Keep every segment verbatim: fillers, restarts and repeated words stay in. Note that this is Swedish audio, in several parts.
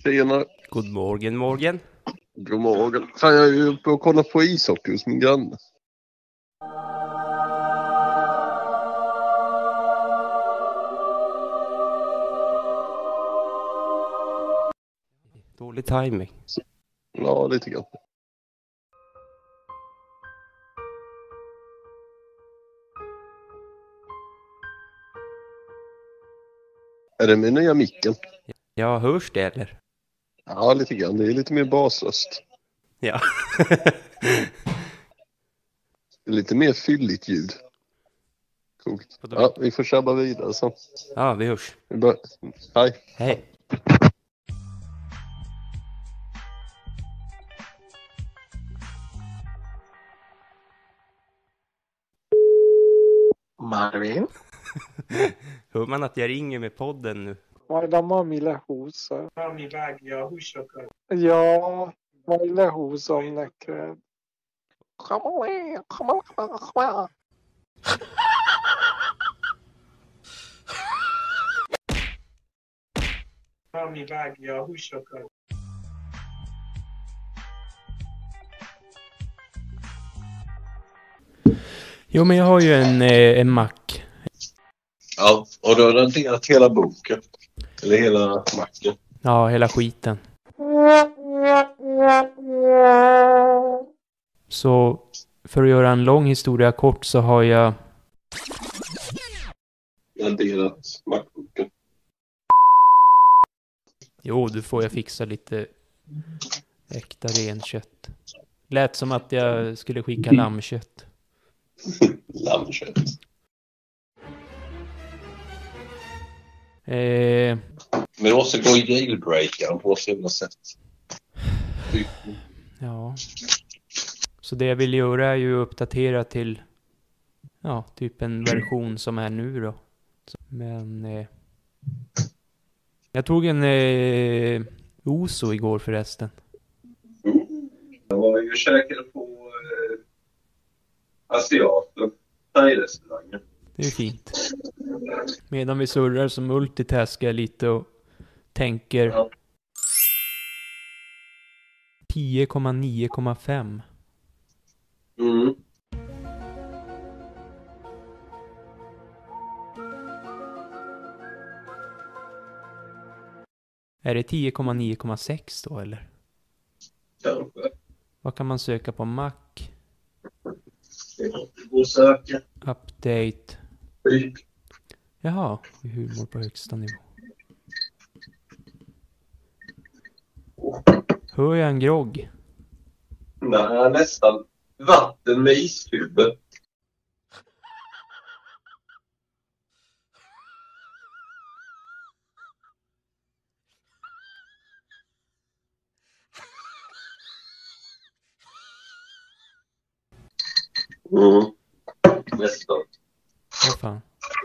Tjena. God morgon, morgon. God morgon. Fan, jag är ju uppe och kollar på ishockey hos min granne. Dålig timing. Ja, lite grann. Är det min nya micken? Ja, hörs det eller? Ja, lite grann. Det är lite mer basröst. Ja. Lite mer fylligt ljud. Coolt. Vadå? Ja, vi får köra vidare så. Ja, vi hörs. Vi bör... Hej. Hej. Marvin? Hör man att jag ringer med podden nu? Vaida mamille huusa. Mami vägiä huishokaa. Ja, vaille huusa on näköjään. Kamale, kamale, kamale. Mami vägiä huishokaa. Jo, men jag har ju en, eh, en Mac. Ja, och du har raderat hela boken. Eller hela macken. Ja, hela skiten. Så för att göra en lång historia kort så har jag... Raderat mackboken. Jo, du får jag fixa lite äkta renkött. Lät som att jag skulle skicka lammkött. Lammkött. Eh, Men du måste gå i jailbreakaren på så jävla sätt. Typ. ja. Så det jag vill göra är ju uppdatera till ja, typ en version som är nu då. Men eh, jag tog en eh, Oso igår förresten. Jag var ju käkade på eh, asiaten. Thai-restaurangen. Det är fint. Medan vi surrar så multitaskar jag lite och tänker Ja. tio komma nio komma fem. Mm. Är det tio komma nio komma sex då eller? Kanske. Vad kan man söka på Mac? Det måste gå och söka. Update. Typ. Jaha, humor på högsta nivå. Hör jag en grogg? Nej, nästan. Vatten med iskuber. Mm. Nästan. Vad fan?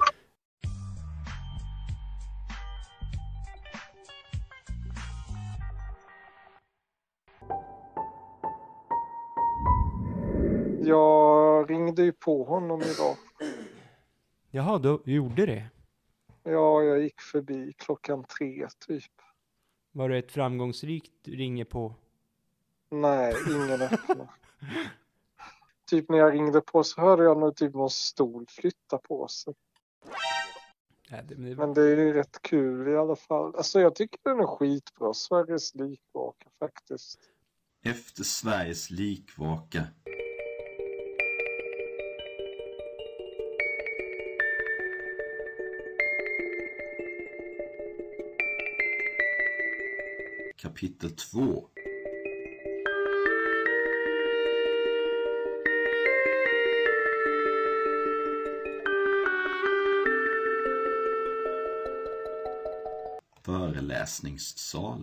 Jag ringde ju på honom idag. Jaha, du gjorde det? Ja, jag gick förbi klockan tre typ. Var det ett framgångsrikt ringe på? Nej, ingen öppnade. Typ när jag ringde på så hörde jag nog typ någon stol flytta på sig. Nej, det, det... Men det är ju rätt kul i alla fall. Alltså jag tycker den är skitbra. Sveriges likvaka faktiskt. Efter Sveriges likvaka. Kapitel två. Föreläsningssalen.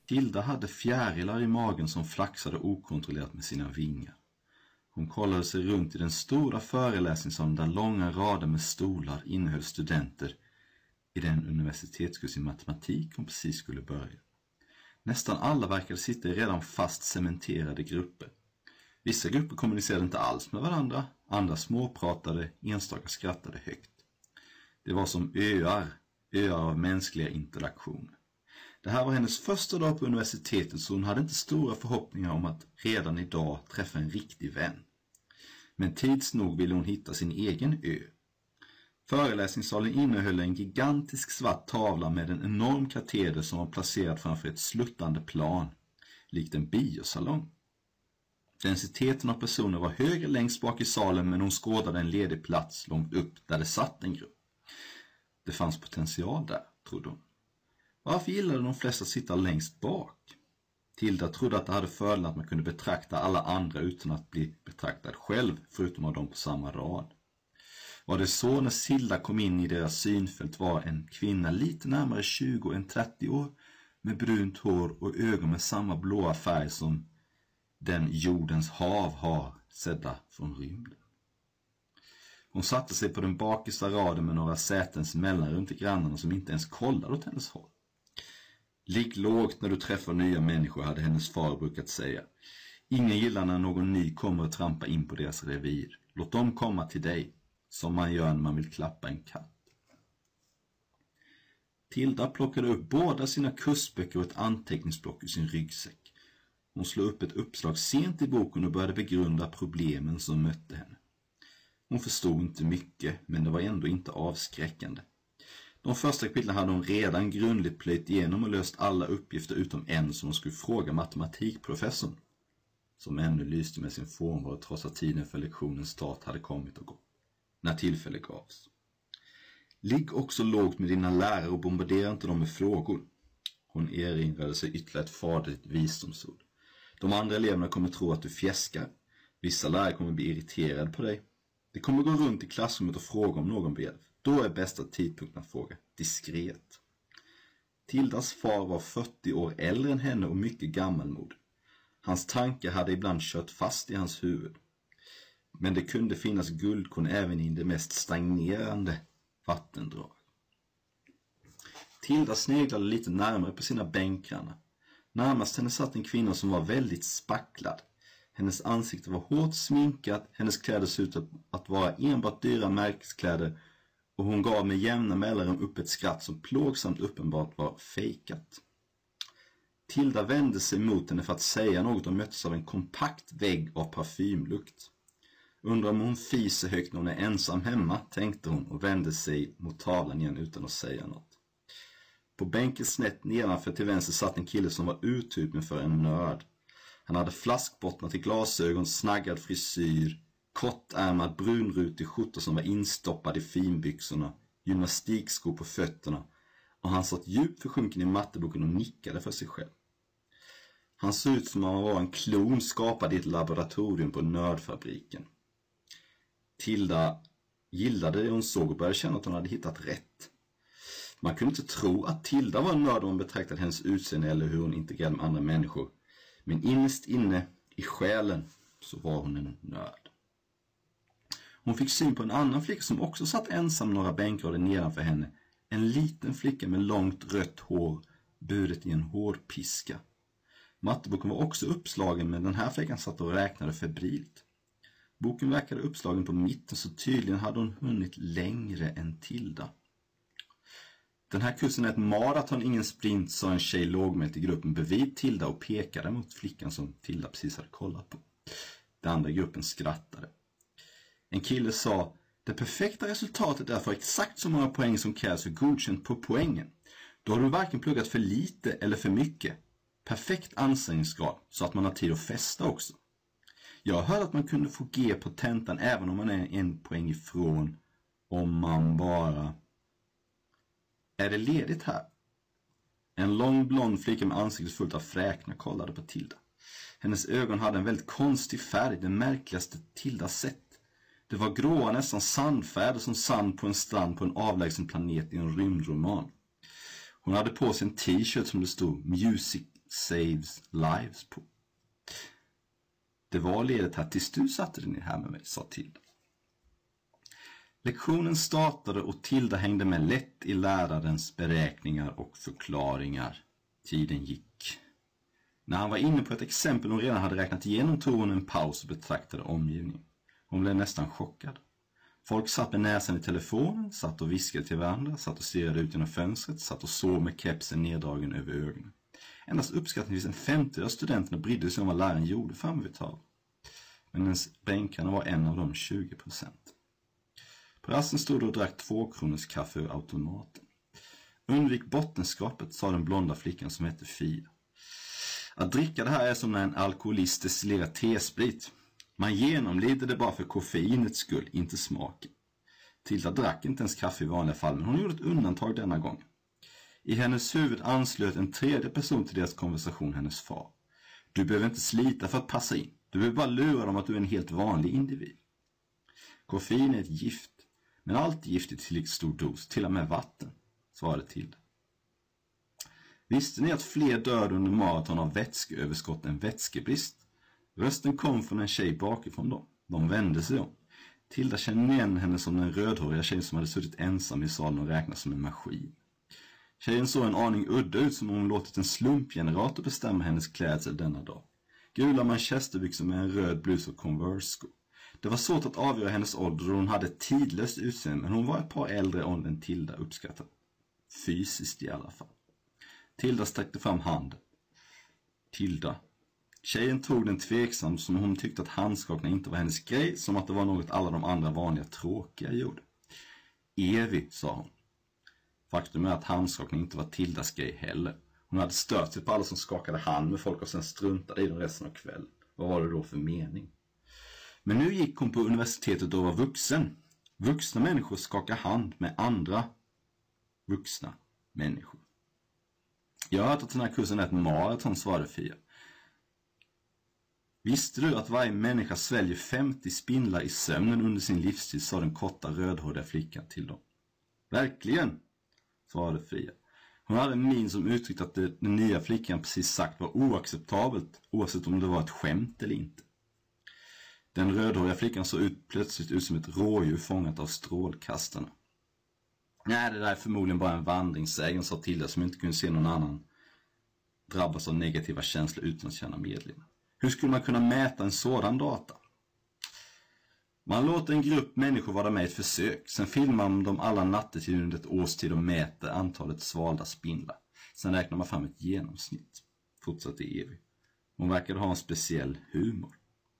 Tilda hade fjärilar i magen som flaxade okontrollerat med sina vingar. Hon kollade sig runt i den stora föreläsningssalen där långa rader med stolar innehöll studenter i den universitetskurs i matematik hon precis skulle börja. Nästan alla verkade sitta i redan fast cementerade grupper. Vissa grupper kommunicerade inte alls med varandra, andra småpratade, enstaka skrattade högt. Det var som öar, öar av mänskliga interaktioner. Det här var hennes första dag på universitetet, så hon hade inte stora förhoppningar om att redan idag träffa en riktig vän. Men tids nog ville hon hitta sin egen ö. Föreläsningssalen innehöll en gigantisk svart tavla med en enorm kateder som var placerad framför ett sluttande plan, likt en biosalong. Densiteten av personer var högre längst bak i salen, men hon skådade en ledig plats långt upp där det satt en grupp. Det fanns potential där, trodde hon. Varför gillade de flesta att sitta längst bak? Tilda trodde att det hade fördelen att man kunde betrakta alla andra utan att bli betraktad själv, förutom av dem på samma rad. Var det så när Silla kom in i deras synfält var en kvinna lite närmare tjugo än trettio år, med brunt hår och ögon med samma blåa färg som den jordens hav har, sedda från rymden. Hon satte sig på den bakista raden med några sätens mellanrum till grannarna som inte ens kollade åt hennes håll. Ligg lågt när du träffar nya människor, hade hennes far brukat säga. Ingen gillar när någon ny kommer att trampa in på deras revir. Låt dem komma till dig, som man gör när man vill klappa en katt. Tilda plockade upp båda sina kursböcker och ett anteckningsblock ur sin ryggsäck. Hon slog upp ett uppslag sent i boken och började begrunda problemen som mötte henne. Hon förstod inte mycket, men det var ändå inte avskräckande. De första kapitlen hade hon redan grundligt plöjt igenom och löst alla uppgifter utom en som hon skulle fråga matematikprofessorn, som ännu lyste med sin frånvaro trots att tiden för lektionens start hade kommit och gått, när tillfälle gavs. Ligg också lågt med dina lärare och bombardera inte dem med frågor. Hon erinrade sig ytterligare ett faderligt visdomsord. De andra eleverna kommer tro att du fjäskar. Vissa lärare kommer bli irriterade på dig. Det kommer gå runt i klassrummet och fråga om någon ber. Då är bästa tidpunkten att fråga. Diskret. Tildas far var fyrtio år äldre än henne och mycket gammalmodig. Hans tankar hade ibland kört fast i hans huvud. Men det kunde finnas guldkorn även i det mest stagnerande vattendrag. Tilda sneglade lite närmare på sina bänkgrannar. Närmast henne satt en kvinna som var väldigt spacklad. Hennes ansikte var hårt sminkat, hennes kläder såg ut att vara enbart dyra märkeskläder och hon gav med jämna mellanrum upp ett skratt som plågsamt uppenbart var fejkat. Tilda vände sig mot henne för att säga något och möttes av en kompakt vägg av parfymlukt. Undrar om hon fiser högt när hon är ensam hemma, tänkte hon och vände sig mot tavlan igen utan att säga något. På bänken snett nedanför till vänster satt en kille som var urtypen för en nörd. Han hade flaskbottnat i glasögon, snaggad frisyr, kortärmad brunrutig skjorta som var instoppad i finbyxorna, gymnastikskor på fötterna, och han satt djupt försjunken i matteboken och nickade för sig själv. Han såg ut som om han var en klon skapad i ett laboratorium på nördfabriken. Tilda gillade det hon såg och började känna att hon hade hittat rätt. Man kunde inte tro att Tilda var en nörd om man betraktade hennes utseende eller hur hon integrerade med andra människor. Men innerst inne i själen så var hon en nörd. Hon fick syn på en annan flicka som också satt ensam några bänkrader nedanför henne. En liten flicka med långt rött hår buret i en hårpiska. Matteboken var också uppslagen, men den här flickan satt och räknade febrilt. Boken verkade uppslagen på mitten, så tydligen hade hon hunnit längre än Tilda. Den här kursen är ett maraton, ingen sprint, sa en tjej lågmält i gruppen bredvid Tilda och pekade mot flickan som Tilda precis hade kollat på. Den andra gruppen skrattade. En kille sa, det perfekta resultatet är för exakt så många poäng som krävs för godkänt på poängen. Då har du varken pluggat för lite eller för mycket. Perfekt ansträngningsgrad, så att man har tid att festa också. Jag hörde att man kunde få G på tentan även om man är en poäng ifrån, om man bara... Är det ledigt här? En lång blond flicka med ansiktet fullt av fräknar kollade på Tilda. Hennes ögon hade en väldigt konstig färg, den märkligaste Tilda sett. Det var gråa, nästan sandfärg som sand på en strand på en avlägsen planet i en rymdroman. Hon hade på sig en t-shirt som det stod Music saves lives på. Det var ledet här tills du satte dig ner här med mig, sa Tilda. Lektionen startade och Tilda hängde med lätt i lärarens beräkningar och förklaringar. Tiden gick. När han var inne på ett exempel hon redan hade räknat igenom tog hon en paus och betraktade omgivningen. Hon blev nästan chockad. Folk satt med näsan i telefonen, satt och viskade till varandra, satt och stirrade ut genom fönstret, satt och sov med kepsen neddragen över ögonen. Endast uppskattningsvis en femtio av studenterna brydde sig om vad läraren gjorde framme vid tavlan. Men ens bänkarna var en av de tjugo procent. På rasten stod och drack två kronors kaffe ur automaten. Undvik bottenskrapet, sa den blonda flickan som hette Fia. Att dricka det här är som när en alkoholist destillerar tesprit. Man genomlider det bara för koffeinets skull, inte smaken. Tilda drack inte ens kaffe i vanliga fall, men hon gjorde ett undantag denna gång. I hennes huvud anslöt en tredje person till deras konversation, hennes far. Du behöver inte slita för att passa in. Du behöver bara lura dem att du är en helt vanlig individ. Koffein är ett gift, men allt gift är till stor dos, till och med vatten, svarade Tilda. Visste ni att fler dör under maraton av vätskeöverskott än vätskebrist? Rösten kom från en tjej bakifrån dem. De vände sig om. Tilda kände igen henne som den rödhåriga tjejen som hade suttit ensam i salen och räknat som en maskin. Tjejen såg en aning udda ut, som om hon låtit en slumpgenerator bestämma hennes klädsel denna dag. Gula manchesterbyxor med en röd blus och Converse-skor. Det var svårt att avgöra hennes ålder och hon hade ett tidlöst utseende, men hon var ett par äldre än Tilda uppskattade. Fysiskt i alla fall. Tilda sträckte fram handen. Tilda. Tjejen tog den tveksam, som hon tyckte att handskakna inte var hennes grej, som att det var något alla de andra vanliga tråkiga gjorde. Evi, sa hon. Faktum är att handskakning inte var Tildas grej heller. Hon hade stört sig på alla som skakade hand med folk och sen struntade i dem resten av kvällen. Vad var det då för mening? Men nu gick hon på universitetet och var vuxen. Vuxna människor skakar hand med andra vuxna människor. Jag har hört att den här kursen är ett maraton, svarade Fia. Visste du att varje människa sväljer femtio spindlar i sömnen under sin livstid, sa den korta rödhåriga flickan till dem. Verkligen, svarade Fia. Hon hade en min som uttryckte att det, den nya flickan precis sagt var oacceptabelt, oavsett om det var ett skämt eller inte. Den rödhåriga flickan såg ut, plötsligt ut som ett rådjur fångat av strålkastarna. Nej, det där är förmodligen bara en vandringssägen, sa Tilda, som inte kunde se någon annan drabbas av negativa känslor utan att känna medlem. Hur skulle man kunna mäta en sådan data? Man låter en grupp människor vara med i ett försök. Sen filmar man dem alla nattetid under ett års tid och mäter antalet svalda spindlar. Sen räknar man fram ett genomsnitt. Fortsatte Evi. Hon verkade ha en speciell humor.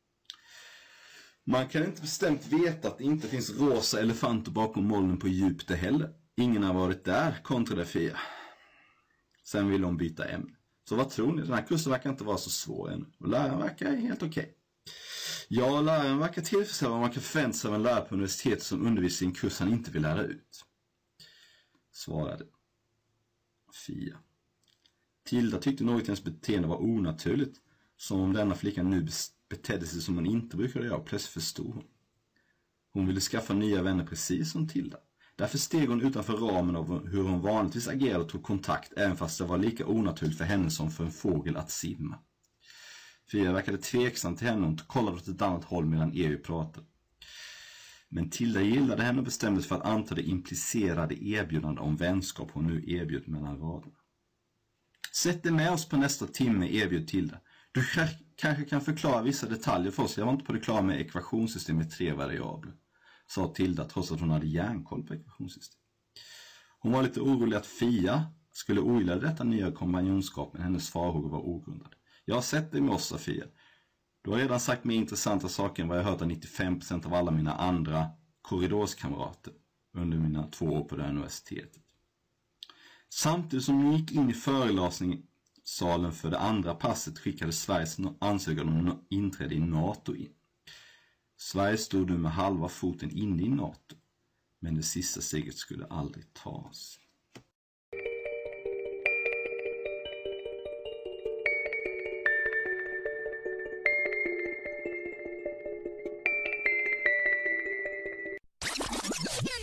Man kan inte bestämt veta att det inte finns rosa elefanter bakom molnen på Jupiter heller. Ingen har varit där, kontrade Fia. Sen ville hon byta ämne. Så vad tror ni? Den här kursen verkar inte vara så svår ännu. Och läraren verkar helt okej. Okay. Ja, läraren verkar tillfredsställa vad man kan förvänta sig av en lärare på universitetet som undervisar i en kurs han inte vill lära ut. Svarade Fia. Tilda tyckte något i hennes beteende var onaturligt. Som om denna flickan nu betedde sig som hon inte brukade göra. Plötsligt förstod hon. Hon ville skaffa nya vänner precis som Tilda. Därför steg hon utanför ramen av hur hon vanligtvis agerade och tog kontakt, även fast det var lika onaturligt för henne som för en fågel att simma. Fia verkade tveksam till henne och kollade åt ett annat håll medan Evi pratade. Men Tilda gillade henne och bestämde sig för att anta det implicerade erbjudande om vänskap hon nu erbjöd mellan raderna. Sätt dig med oss på nästa timme, erbjöd Tilda. Du kanske kan förklara vissa detaljer för oss. Jag var inte på det klara med ekvationssystem med tre variabler, sa Tilda trots att hon hade järnkoll på ekvationssystem. Hon var lite orolig att Fia skulle ogilla detta nya kompanjonskap, men hennes farhågor var ogrundade. Jag har sett dig med oss, sa Fia. Du har redan sagt mer intressanta saker än vad jag hört av nittiofem procent av alla mina andra korridorskamrater under mina två år på det här universitetet. Samtidigt som hon gick in i föreläsningssalen för det andra passet skickade Sveriges ansökan om inträde i NATO in. Sverige stod nu med halva foten inne i NATO, men det sista steget skulle aldrig tas.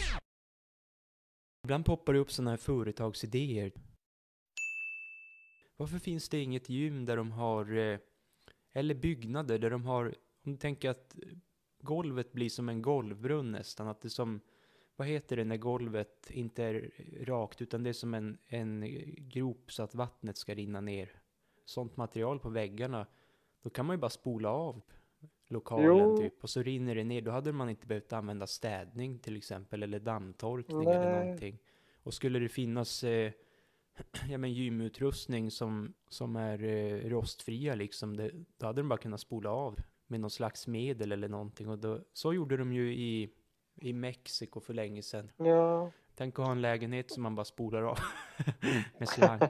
Ibland poppar det upp sådana här företagsidéer. Varför finns det inget gym där de har, eh, eller byggnader där de har, om du tänker att golvet blir som en golvbrunn nästan, att det är som, vad heter det när golvet inte är rakt utan det är som en, en grop så att vattnet ska rinna ner. Sånt material på väggarna, då kan man ju bara spola av lokalen Jo. typ och så rinner det ner. Då hade man inte behövt använda städning till exempel eller dammtorkning Nej. eller någonting. Och skulle det finnas eh, ja, men gymutrustning som, som är eh, rostfria liksom, det, då hade de bara kunnat spola av med någon slags medel eller någonting. Och då, så gjorde de ju i, i Mexiko för länge sedan. Ja. Tänk att ha en lägenhet som man bara spolar av med slang.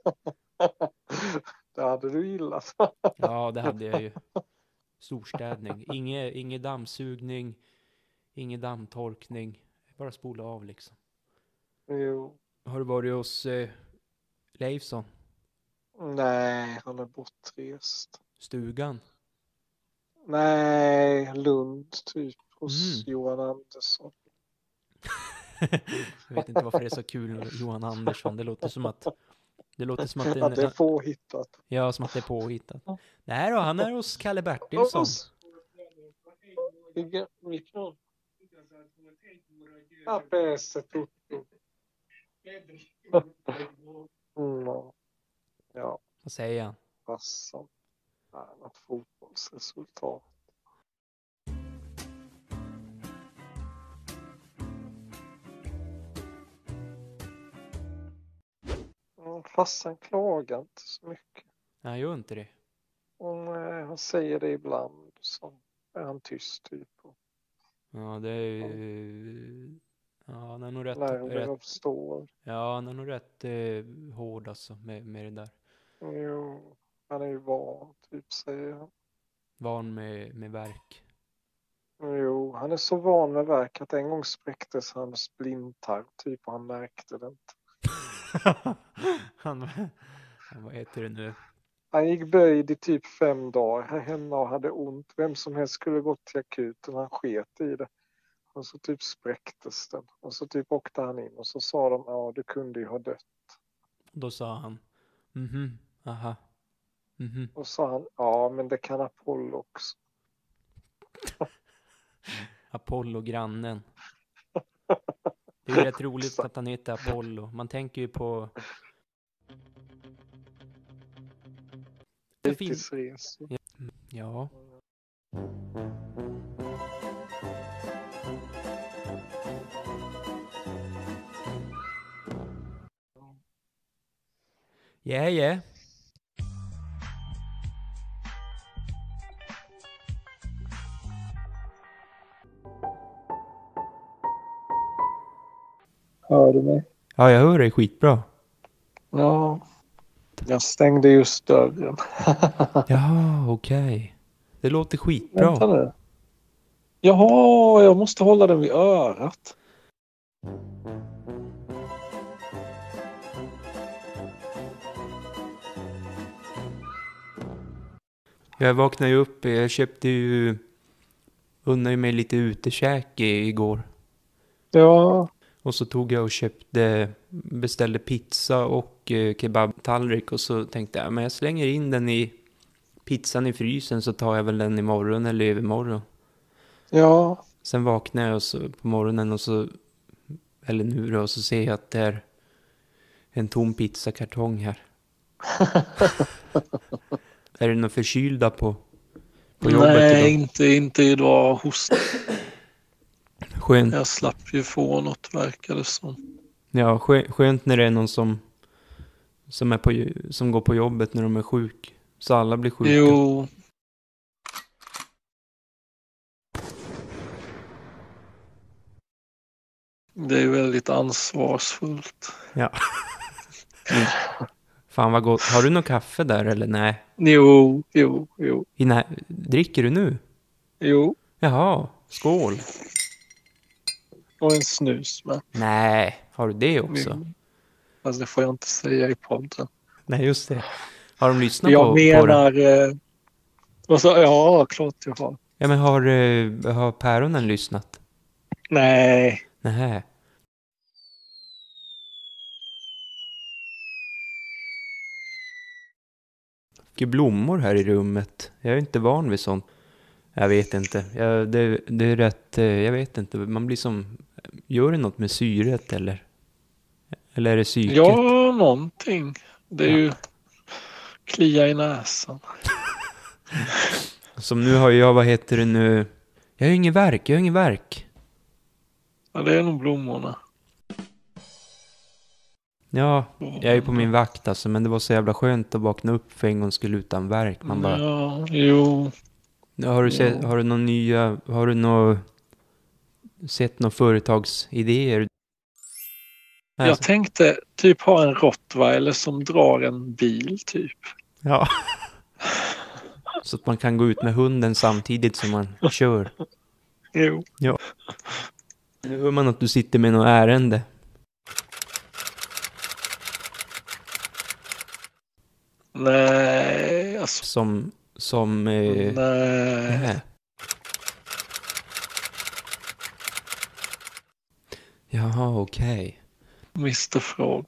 Det hade du gillat. Ja, det hade jag ju. Storstädning. Inge, ingen dammsugning, ingen dammtorkning. Bara spola av liksom. Jo. Har du varit hos eh, Leifson? Nej, han är bortrest. Stugan? Nej, Lund typ. Hos Mm. Johan Andersson. Jag vet inte varför det är så kul med Johan Andersson. Det låter som att det låter som att det, Ja, det är påhittat. ja, som att det är påhittat. Nej då, han är hos Kalle Bertilsson. Vilken? Vilken? Ja, Pesse Tutto. Mm. Ja, Vad säger han? passar. Nej, något fotbollsresultat. Mm, Farsan klagar inte så mycket. Han gör inte det. Och, nej, han säger det ibland. Så är han tyst typ. Och Ja, det är ju... Ja, han är nog rätt... när det rätt uppstår. ja, han är nog rätt eh, hård alltså med, med det där. Jo, han är ju van typ, säger han. Van med, med verk. Jo, han är så van med verk att en gång spräcktes hans blindtarm typ och han märkte det inte. han, han, vad heter det nu? Han gick böjd i typ fem dagar här hemma och hade ont. Vem som helst skulle gått till akuten, han sket i det. Och så typ spräcktes den. Och så typ åkte han in och så sa de, ja du kunde ju ha dött. Då sa han, mhm, aha, mhm. Och sa han, ja men det kan Apollo också. Apollo, grannen. Det är rätt roligt att han heter Apollo. Man tänker ju på... Det finns... Fritidsresor. Ja. Ja, ja. Hör du mig? Ja, jag hör dig skitbra. Ja. Jag stängde just dörren. Ja, okej. Det låter skitbra. Vänta nu. Jaha, jag måste hålla den vid örat. Jag vaknade ju upp, jag köpte ju... Unnade mig lite utekäk igår. Ja. Och så tog jag och köpte, beställde pizza och eh, kebabtallrik. Och så tänkte jag, men jag slänger in den i pizzan i frysen så tar jag väl den imorgon eller övermorgon. Ja. Sen vaknade jag och så, på morgonen och så, eller nu då, och så ser jag att det är en tom pizzakartong här. Är det någon förkylda på, på jobbet Nej, idag? inte, inte idag. Host. Skönt. Jag slapp ju få något, verkar det som. Ja, skö- skönt när det är någon som, som, är på, som går på jobbet när de är sjuk. Så alla blir sjuka. Jo. Det är väldigt ansvarsfullt. Ja. Fan vad gott. Har du någon kaffe där eller nej? Jo, jo, jo. I nä- Dricker du nu? Jo. Jaha, skål. Och en snus med. Nej, har du det också? Mm. Fast det får jag inte säga i podden. Nej, just det. Har de lyssnat Jag på, på det? menar... Eh, och så, ja, klart jag har. Ja, men har, eh, har päronen lyssnat? Nej. Nej. mycket blommor här i rummet. Jag är inte van vid sånt. Jag vet inte. Jag, det, det är rätt... eh, Jag vet inte. Man blir som... Gör det något med syret eller? Eller är det psyket? Ja, någonting. Det är Ja. ju klia i näsan. Som nu har jag, vad heter det nu? Jag har ingen verk, jag har ingen verk. Ja, det är nog blommorna. Ja, jag är på min vakt alltså, men det var så jävla skönt att vakna upp för en gång skulle utan verk. Man bara, Ja, jo. ja, har du sett, har du några nya, har du nå sett några företagsidéer? Jag tänkte typ ha en rottweiler som drar en bil typ. Ja. Så att man kan gå ut med hunden samtidigt som man kör. Jo. Ja. Nu hör man att du sitter med något ärende. Nej, alltså. Som, som... Eh, Nej. nej. Jaha, okej. mister Frog.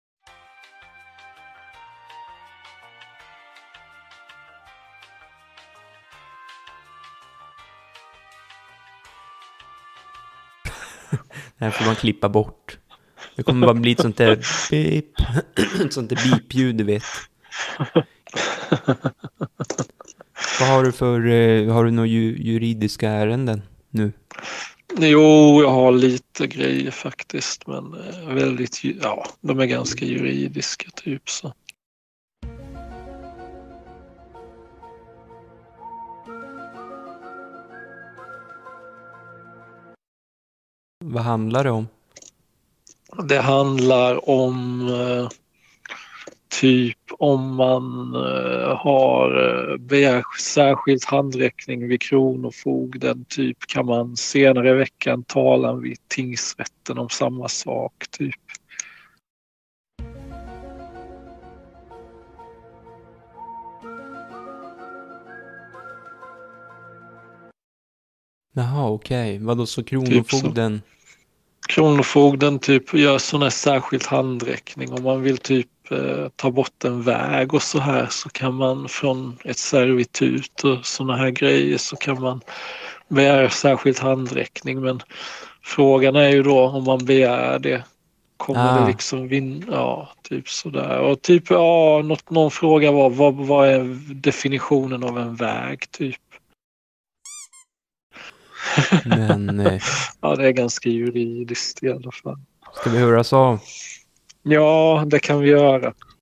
Det här får man klippa bort. Det kommer bara bli ett sånt där beep. Ett sånt där beep-ljud, du vet. Vad har du för... Eh, har du några ju, juridiska ärenden nu? Jo, jag har lite grejer faktiskt, men eh, väldigt, ju- ja, de är ganska juridiska typ så. Vad handlar det om? Det handlar om eh, typ om man eh, har eh, begärt särskild handräckning vid kronofogden, typ kan man senare i veckan tala vid tingsrätten om samma sak typ. Jaha, okej. Vadå, så kronofogden? Kronofogden typ gör sån här särskild handräckning. Om man vill typ eh, ta bort en väg och så här, så kan man från ett servitut och såna här grejer så kan man begära särskild handräckning. Men frågan är ju då om man begär det. Kommer Ah. det liksom vinna? Ja, typ sådär. Och typ, ja, något, någon fråga var vad, vad är definitionen av en väg typ? Men eh, Ja, det är ganska juridiskt i alla fall. ska vi höras av? Ja, det kan vi göra.